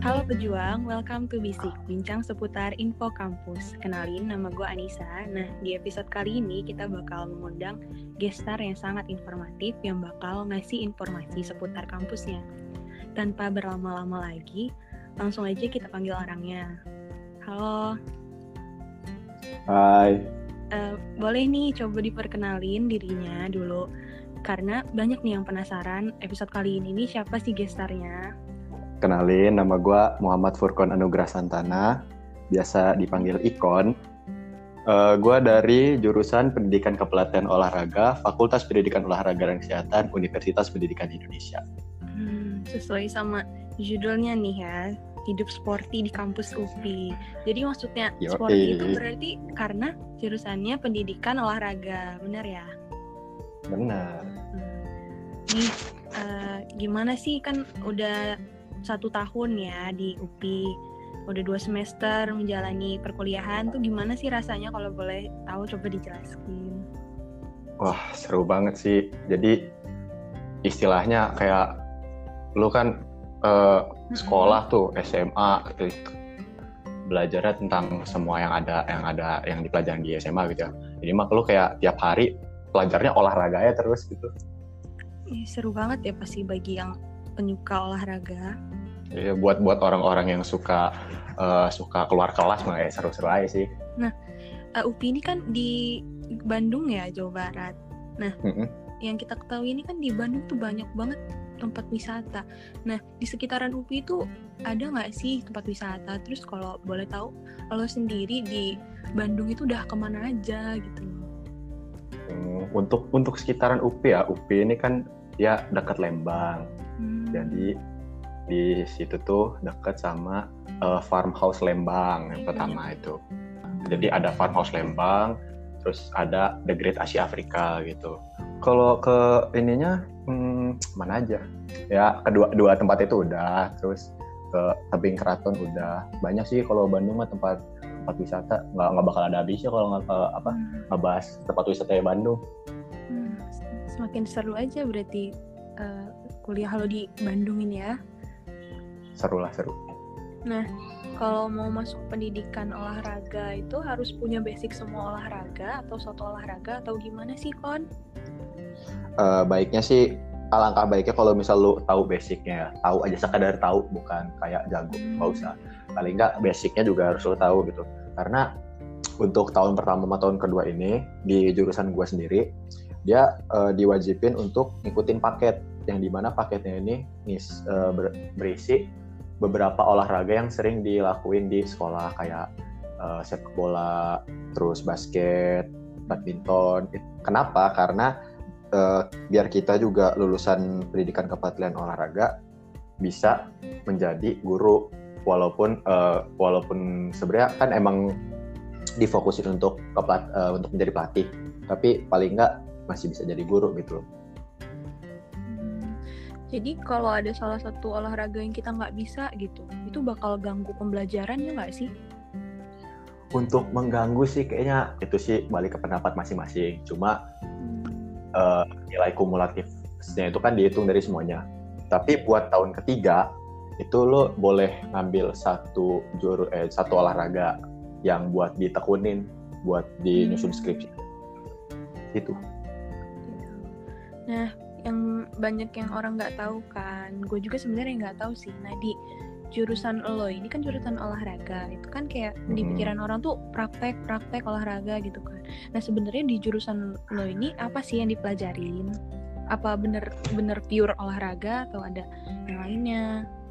Halo pejuang, welcome to Bisik, bincang seputar info kampus. Kenalin, nama gue Anissa. Nah, di episode kali ini kita bakal mengundang gestar yang sangat informatif yang bakal ngasih informasi seputar kampusnya. Tanpa berlama-lama lagi, langsung aja kita panggil orangnya. Halo. Hai. Boleh nih coba diperkenalin dirinya dulu. Karena banyak nih yang penasaran episode kali ini nih siapa sih gestarnya? Kenalin, nama gue Muhammad Furqon Anugrah Santana, biasa dipanggil Ikon. Gue dari jurusan Pendidikan Kepelatihan Olahraga, Fakultas Pendidikan Olahraga dan Kesehatan, Universitas Pendidikan Indonesia. Sesuai sama judulnya nih ya, hidup sporty di kampus UPI. Jadi maksudnya sporty itu berarti karena jurusannya pendidikan olahraga, benar ya? Benar. Nih, gimana sih, kan udah 1 tahun ya di UPI, udah 2 semester menjalani perkuliahan tuh gimana sih rasanya, kalau boleh tahu coba dijelaskan. Wah, seru banget sih. Jadi istilahnya kayak lu kan sekolah tuh SMA gitu, belajarnya tentang semua yang dipelajarin di SMA gitu ya. Jadi mah lu kayak tiap hari pelajarnya olahraganya terus gitu. Seru banget ya pasti bagi yang penyuka olahraga. Iya, buat orang-orang yang suka keluar kelas mah ya seru-seru aja sih. Nah, UPI ini kan di Bandung ya, Jawa Barat. Nah, yang kita ketahui ini kan di Bandung tuh banyak banget tempat wisata. Nah, di sekitaran UPI itu ada nggak sih tempat wisata? Terus kalau boleh tahu, kalau sendiri di Bandung itu udah kemana aja gitu? Untuk sekitaran UPI ya, UPI ini kan dia dekat Lembang. Jadi di situ tuh dekat sama Farmhouse Lembang yang pertama itu. Jadi ada Farmhouse Lembang, terus ada The Great Asia Afrika gitu. Kalau ke ininya mana aja? Ya kedua tempat itu udah, terus ke Tebing Keraton udah. Banyak sih kalau Bandung mah tempat wisata, nggak bakal ada habisnya kalau ngebahas tempat wisata di Bandung. Semakin seru aja berarti kuliah lo di Bandung ini ya. Seru. Nah, kalau mau masuk pendidikan olahraga itu harus punya basic semua olahraga atau suatu olahraga atau gimana sih, Kon? Baiknya sih, alangkah baiknya kalau misal lu tahu basicnya, tahu aja sekadar tahu, bukan kayak jago, nggak usah. Paling nggak basicnya juga harus lu tahu gitu. Karena untuk tahun pertama sama tahun kedua ini di jurusan gua sendiri, dia diwajibin untuk ngikutin paket, yang dimana paketnya ini berisi beberapa olahraga yang sering dilakuin di sekolah, kayak sepak bola, terus basket, badminton. Kenapa? Karena biar kita juga lulusan pendidikan kepelatihan olahraga bisa menjadi guru, walaupun sebenarnya kan emang difokusin untuk menjadi pelatih, tapi paling nggak masih bisa jadi guru gitu. Jadi kalau ada salah satu olahraga yang kita nggak bisa gitu, itu bakal ganggu pembelajaran ya nggak sih? Untuk mengganggu sih kayaknya itu sih balik ke pendapat masing-masing. Cuma nilai kumulatifnya itu kan dihitung dari semuanya. Tapi buat tahun ketiga itu lo boleh ngambil satu olahraga yang buat ditekunin, buat dinyusun skripsi. Itu. Nah, yang banyak yang orang nggak tahu kan, gue juga sebenarnya nggak tahu sih. Nah, di jurusan lo ini kan jurusan olahraga, itu kan kayak di pikiran orang tuh praktek olahraga gitu kan. Nah, sebenarnya di jurusan lo ini apa sih yang dipelajarin? Apa bener pure olahraga atau ada yang lainnya?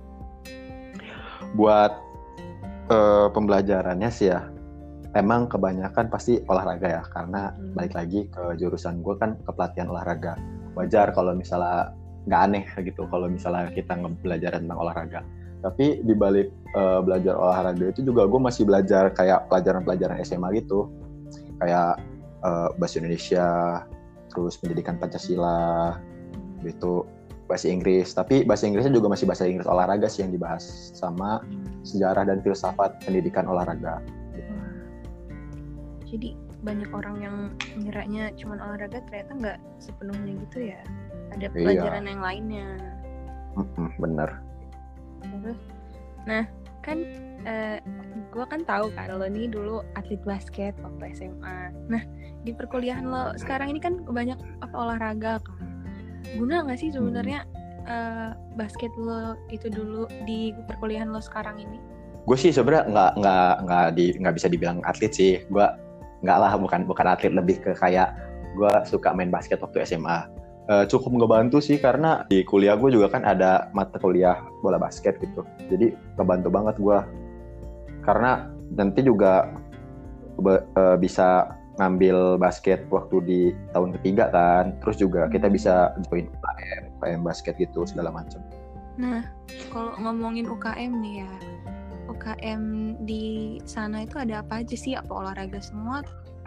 Buat pembelajarannya sih ya, emang kebanyakan pasti olahraga ya, karena balik lagi ke jurusan gue kan kepelatihan olahraga. Wajar kalau misalnya nggak aneh gitu kalau misalnya kita belajar tentang olahraga. Tapi di balik belajar olahraga itu juga gue masih belajar kayak pelajaran-pelajaran SMA gitu, kayak bahasa Indonesia, terus pendidikan Pancasila gitu, bahasa Inggris. Tapi bahasa Inggrisnya juga masih bahasa Inggris olahraga sih yang dibahas, sama sejarah dan filsafat pendidikan olahraga gitu. Jadi banyak orang yang ngiranya cuma olahraga, ternyata nggak sepenuhnya gitu ya. Ada pelajaran yang lainnya. Bener. Terus Nah, kan gue kan tahu kan lo nih dulu atlet basket waktu SMA. Nah, di perkuliahan lo sekarang ini kan banyak olahraga kan. Guna nggak sih sebenarnya basket lo itu dulu di perkuliahan lo sekarang ini? Gue sih sebenarnya nggak bisa dibilang atlet sih. Gue nggak lah, bukan atlet, lebih ke kayak gue suka main basket waktu SMA. Cukup ngebantu sih karena di kuliah gue juga kan ada mata kuliah bola basket gitu. Jadi ngebantu banget gue. Karena nanti juga bisa ngambil basket waktu di tahun ketiga kan. Terus juga kita bisa join UKM basket gitu segala macam. Nah, kalau ngomongin UKM nih ya, UKM di sana itu ada apa aja sih? Apa olahraga semua?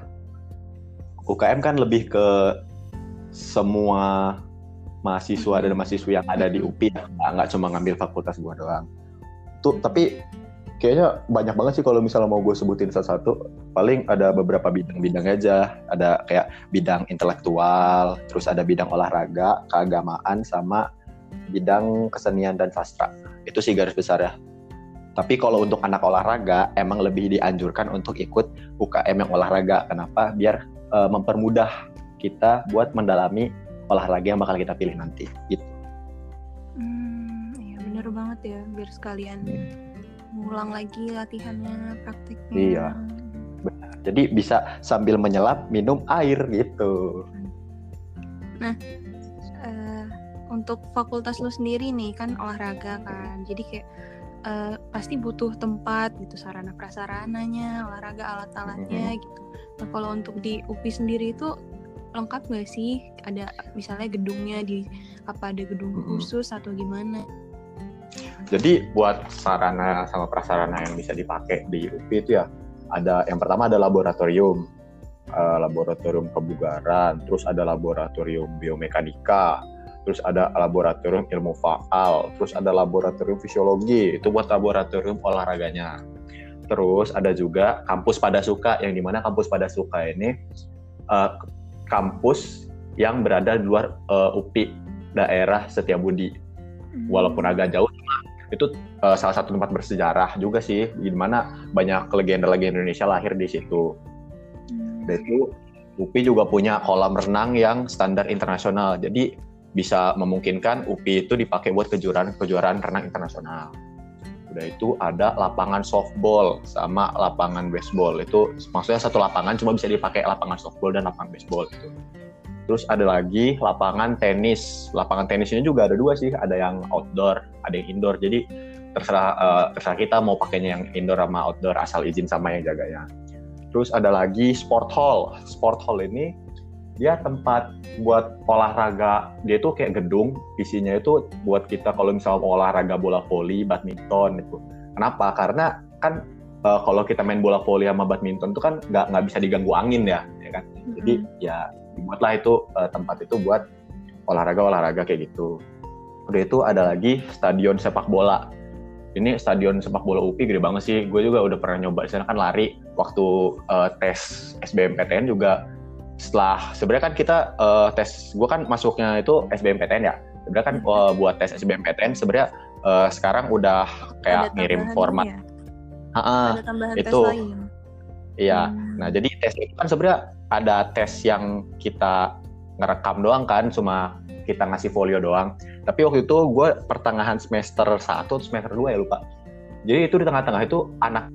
UKM kan lebih ke semua mahasiswa dan mahasiswi yang ada di UPI, nggak cuma ngambil fakultas gua doang. Tuh, tapi kayaknya banyak banget sih kalau misalnya mau gue sebutin satu-satu. Paling ada beberapa bidang-bidang aja. Ada kayak bidang intelektual, terus ada bidang olahraga, keagamaan, sama bidang kesenian dan sastra. Itu sih garis besar ya. Tapi kalau untuk anak olahraga, emang lebih dianjurkan untuk ikut UKM yang olahraga. Kenapa? Biar mempermudah kita buat mendalami olahraga yang bakal kita pilih nanti. Gitu. Iya bener banget ya. Biar sekalian ngulang lagi latihannya, praktiknya. Iya, benar. Jadi bisa sambil menyelam minum air gitu. Nah, untuk fakultas lo sendiri nih kan olahraga kan. Jadi kayak pasti butuh tempat gitu, sarana prasarananya, olahraga alat-alatnya gitu. Nah kalau untuk di UPI sendiri itu lengkap nggak sih? Ada misalnya gedungnya ada gedung khusus atau gimana? Jadi buat sarana sama prasarana yang bisa dipakai di UPI itu ya ada, yang pertama ada laboratorium kebugaran, terus ada laboratorium biomekanika, terus ada laboratorium ilmu faal, terus ada laboratorium fisiologi, itu buat laboratorium olahraganya. Terus ada juga kampus Padasuka, yang dimana kampus Padasuka ini kampus yang berada di luar UPI, daerah Setiabudi. Walaupun agak jauh, itu salah satu tempat bersejarah juga sih, di mana banyak legenda-legenda Indonesia lahir di situ. Dan itu UPI juga punya kolam renang yang standar internasional, jadi bisa memungkinkan UPI itu dipakai buat kejuaraan renang internasional. Udah itu ada lapangan softball sama lapangan baseball. Itu maksudnya satu lapangan cuma bisa dipakai lapangan softball dan lapangan baseball gitu. Terus ada lagi lapangan tenis. Lapangan tenis ini juga ada dua sih, ada yang outdoor, ada yang indoor. Jadi terserah kita mau pakainya yang indoor sama outdoor, asal izin sama yang jaganya. Terus ada lagi sport hall. Sport hall ini dia tempat buat olahraga. Dia tuh kayak gedung, isinya itu buat kita kalau misalnya mau olahraga bola voli, badminton itu. Kenapa? Karena kan kalau kita main bola voli sama badminton itu kan nggak bisa diganggu angin ya kan. Jadi ya dibuatlah itu tempat itu buat olahraga kayak gitu. Udah itu ada lagi stadion sepak bola. Ini stadion sepak bola UPI gede banget sih. Gue juga udah pernah nyoba di sana kan, lari waktu tes SBMPTN juga. Sebenarnya kan kita tes, gue kan masuknya itu SBMPTN ya. Sebenarnya kan buat tes SBMPTN sebenarnya sekarang udah kayak ngirim format. Ya? Ada tambahan itu, tes lain. Iya. Nah jadi tes itu kan sebenarnya ada tes yang kita ngerekam doang kan, cuma kita ngasih folio doang. Tapi waktu itu gue pertengahan semester 1 atau semester 2 ya lupa. Jadi itu di tengah-tengah itu anak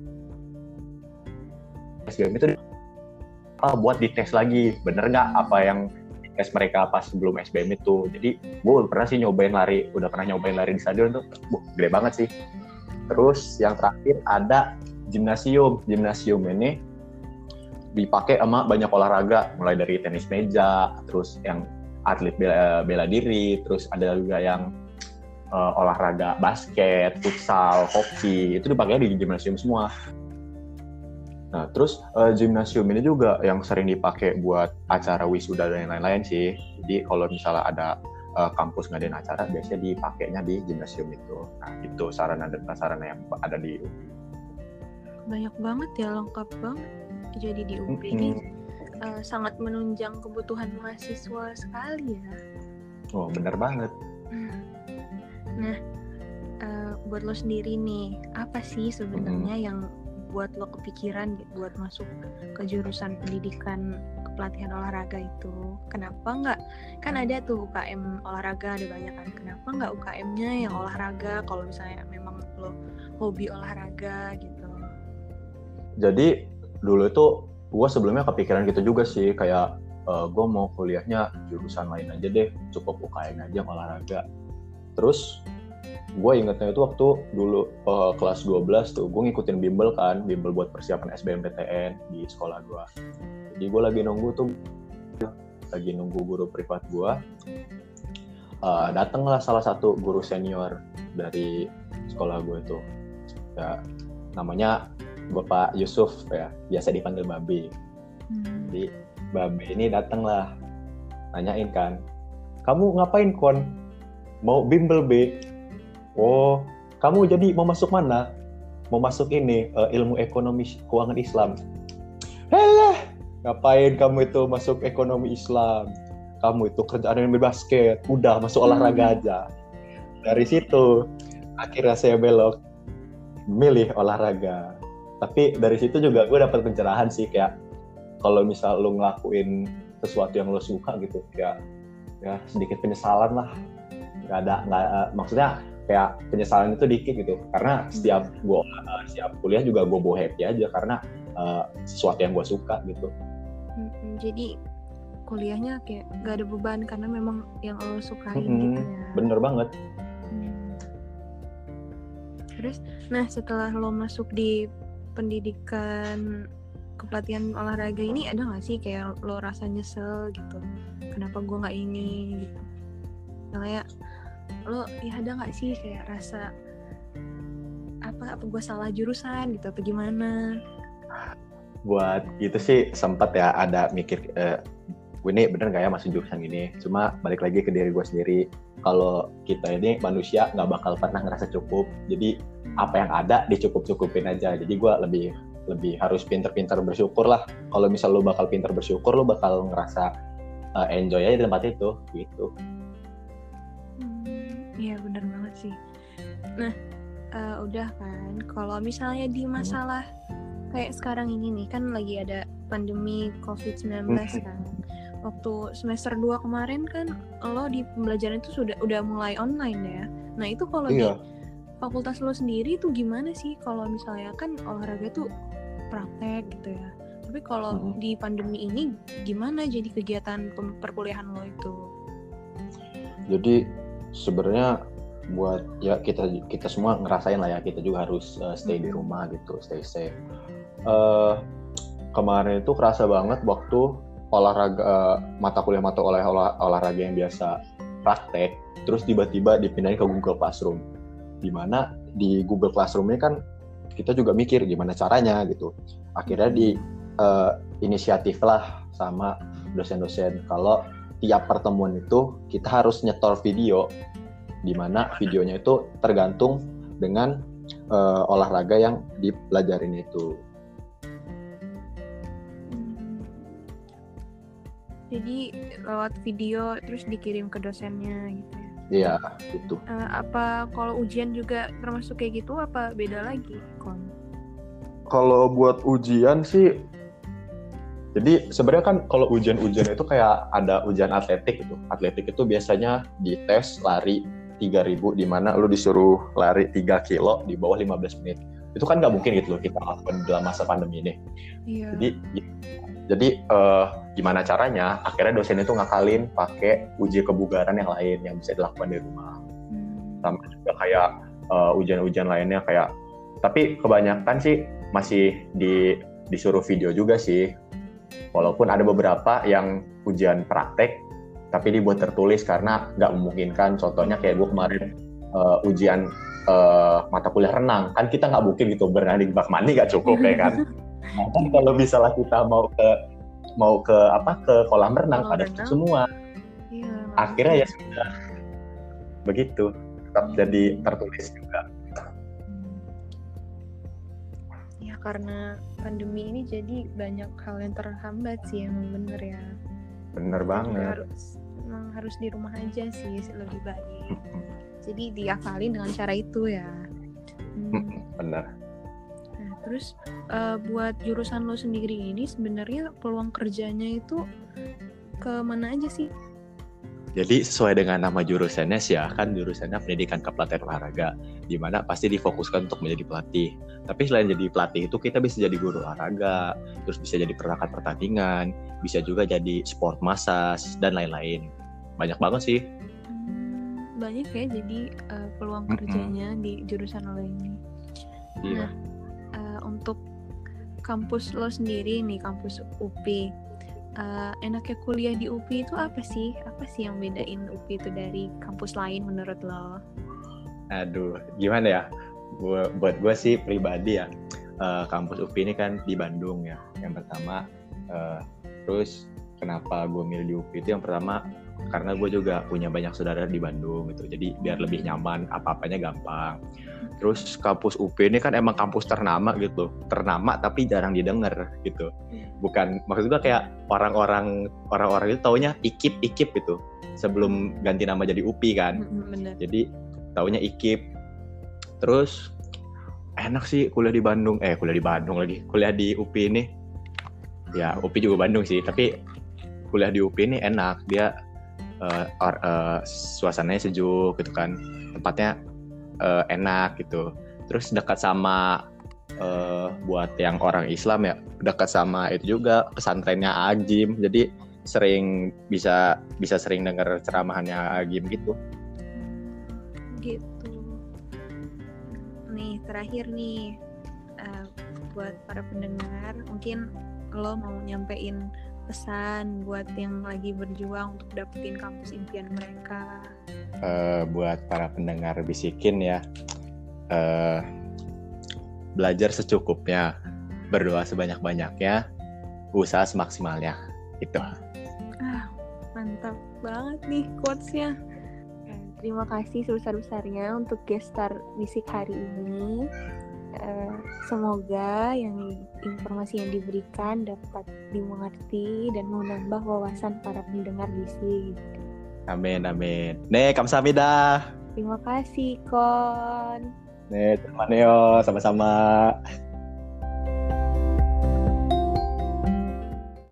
SBM itu buat dites lagi, bener nggak apa yang tes mereka pas sebelum SBM itu. Jadi gue udah pernah nyobain lari di stadion tuh, gede banget sih. Terus yang terakhir ada gimnasium ini dipakai sama banyak olahraga, mulai dari tenis meja, terus yang atlet bela diri, terus ada juga yang olahraga basket, futsal, hoki, itu dipakai di gimnasium semua. Nah, terus gimnasium ini juga yang sering dipakai buat acara wisuda dan lain-lain sih. Jadi kalau misalnya ada kampus ngadain acara, biasanya dipakainya di gimnasium itu. Nah, itu sarana dan prasarana yang ada di UPI. Banyak banget ya, lengkap banget. Jadi di UPI ini sangat menunjang kebutuhan mahasiswa sekali ya. Oh, benar banget. Nah, buat lo sendiri nih, apa sih sebenarnya yang buat lo kepikiran buat masuk ke jurusan pendidikan kepelatihan olahraga itu? Kenapa nggak, kan ada tuh UKM olahraga ada banyak kan, kenapa nggak UKM-nya yang olahraga kalau misalnya memang lo hobi olahraga gitu? Jadi dulu itu gue sebelumnya kepikiran gitu juga sih, kayak gue mau kuliahnya jurusan lain aja deh, cukup UKM aja olahraga. Terus gue ingetnya itu waktu dulu kelas 12 tuh gue ngikutin bimbel buat persiapan SBMPTN di sekolah gue. Jadi gue lagi nunggu guru privat gue, datanglah salah satu guru senior dari sekolah gue itu ya, namanya Bapak Yusuf ya, biasa dipanggil Babe. Jadi Babe ini datanglah nanyain kan, kamu ngapain Kon? Mau bimbel B? Oh, kamu jadi mau masuk mana? Mau masuk ini, ilmu ekonomi keuangan Islam. Helah, ngapain kamu itu masuk ekonomi Islam? Kamu itu kerjaan yang basket, udah masuk olahraga aja. Dari situ, akhirnya saya belok, milih olahraga. Tapi dari situ juga gue dapat pencerahan sih, kayak kalau misal lo ngelakuin sesuatu yang lo suka gitu, kayak ya sedikit penyesalan lah. Maksudnya kayak penyesalan itu dikit gitu, karena setiap kuliah juga gue bawa happy aja karena sesuatu yang gue suka gitu. Jadi kuliahnya kayak gak ada beban karena memang yang lo sukain gitu ya. Bener banget. Terus, nah setelah lo masuk di pendidikan kepelatihan olahraga ini, ada nggak sih kayak lo rasa nyesel gitu? Kenapa gue nggak ini gitu? Kayak lo ya ada nggak sih kayak rasa apa gue salah jurusan gitu atau gimana? Buat itu sih sempat ya ada mikir, gue ini bener gak ya masuk jurusan ini. Cuma balik lagi ke diri gue sendiri, kalau kita ini manusia nggak bakal pernah ngerasa cukup, jadi apa yang ada dicukup-cukupin aja. Jadi gue lebih harus pinter-pinter bersyukur lah. Kalau misal lo bakal pinter bersyukur, lo bakal ngerasa enjoy aja di tempat itu gitu. Iya benar banget sih. Nah udah kan, kalau misalnya di masalah kayak sekarang ini nih, kan lagi ada pandemi COVID-19 kan. Waktu semester 2 kemarin kan lo di pembelajaran itu udah mulai online ya. Nah itu kalau di fakultas lo sendiri tuh gimana sih? Kalau misalnya kan olahraga tuh praktek gitu ya. Tapi kalau di pandemi ini gimana jadi kegiatan perkuliahan lo itu? Jadi sebenarnya buat ya kita semua ngerasain lah ya, kita juga harus stay di rumah gitu, stay safe. Kemarin itu kerasa banget waktu olahraga, mata kuliah olahraga yang biasa praktek, terus tiba-tiba dipindahin ke Google Classroom. Dimana di Google Classroom ini kan kita juga mikir gimana caranya gitu. Akhirnya inisiatif lah sama dosen-dosen kalau tiap pertemuan itu kita harus nyetor video, dimana videonya itu tergantung dengan olahraga yang dipelajarin itu. Jadi lewat video terus dikirim ke dosennya gitu ya? Iya, gitu. Apa kalau ujian juga termasuk kayak gitu, apa beda lagi, Kon? Kalau buat ujian sih, jadi sebenarnya kan kalau ujian-ujian itu kayak ada ujian atletik gitu. Atletik itu biasanya dites lari 3.000, di mana lu disuruh lari 3 kilo di bawah 15 menit. Itu kan nggak mungkin gitu loh kita lakukan dalam masa pandemi ini. Iya. Jadi gimana caranya? Akhirnya dosen itu ngakalin pakai uji kebugaran yang lain yang bisa dilakukan di rumah. Sama juga kayak ujian-ujian lainnya kayak, tapi kebanyakan sih masih disuruh video juga sih. Walaupun ada beberapa yang ujian praktek tapi dibuat tertulis karena nggak memungkinkan. Contohnya kayak gue kemarin ujian mata kuliah renang, kan kita nggak mungkin gitu berenang di bak mandi, nggak cukup ya kan. Nah, kan kalau misalnya kita mau ke kolam renang pada semua. Iya, akhirnya ya sudah begitu, tetap jadi tertulis juga. Ya karena pandemi ini jadi banyak hal yang terhambat sih, emang bener ya. Bener banget. Harus di rumah aja sih lebih baik. Jadi diakalin dengan cara itu ya. benar. Nah, terus buat jurusan lo sendiri ini sebenarnya peluang kerjanya itu ke mana aja sih? Jadi sesuai dengan nama jurusannya sih ya, kan jurusannya pendidikan kepelatihan olahraga, di mana pasti difokuskan untuk menjadi pelatih. Tapi selain jadi pelatih itu kita bisa jadi guru olahraga, terus bisa jadi perangkat pertandingan, bisa juga jadi sport massage dan lain-lain. Banyak banget sih. Banyak ya jadi peluang kerjanya di jurusan lo ini. Iya. Nah, untuk kampus lo sendiri nih, kampus UPI. Enaknya kuliah di UPI itu apa sih? Apa sih yang bedain UPI itu dari kampus lain menurut lo? Aduh, gimana ya? Buat gue sih pribadi ya, kampus UPI ini kan di Bandung ya. Yang pertama, terus kenapa gue milih di UPI itu yang pertama karena gue juga punya banyak saudara di Bandung gitu. Jadi biar lebih nyaman, apa-apanya gampang. Terus kampus UPI ini kan emang kampus ternama gitu. Ternama tapi jarang didengar gitu. Bukan, maksud gue kayak orang-orang itu taunya IKIP gitu. Sebelum ganti nama jadi UPI kan. Bener. Jadi taunya IKIP. Terus enak sih kuliah di Bandung lagi. Kuliah di UPI ini. Ya, UPI juga Bandung sih, tapi kuliah di UPI ini enak. Dia suasananya sejuk gitu kan. Tempatnya enak gitu. Terus dekat sama buat yang orang Islam ya, dekat sama itu juga pesantrennya Agim. Jadi sering bisa sering dengar ceramahannya Agim gitu. Gitu. Nih terakhir nih buat para pendengar, mungkin lo mau nyampein pesan buat yang lagi berjuang untuk dapetin kampus impian mereka. Buat para pendengar bisikin ya, belajar secukupnya, berdoa sebanyak-banyaknya, usaha semaksimalnya, gitu. Mantap banget nih quotes-nya. Terima kasih sebesar-besarnya untuk guest star Bisik hari ini. Semoga informasi yang diberikan dapat dimengerti dan menambah wawasan para pendengar Bisik. Amin. Ne, kamsahamnida. Terima kasih, Kon. Ne, teman Neo, sama-sama.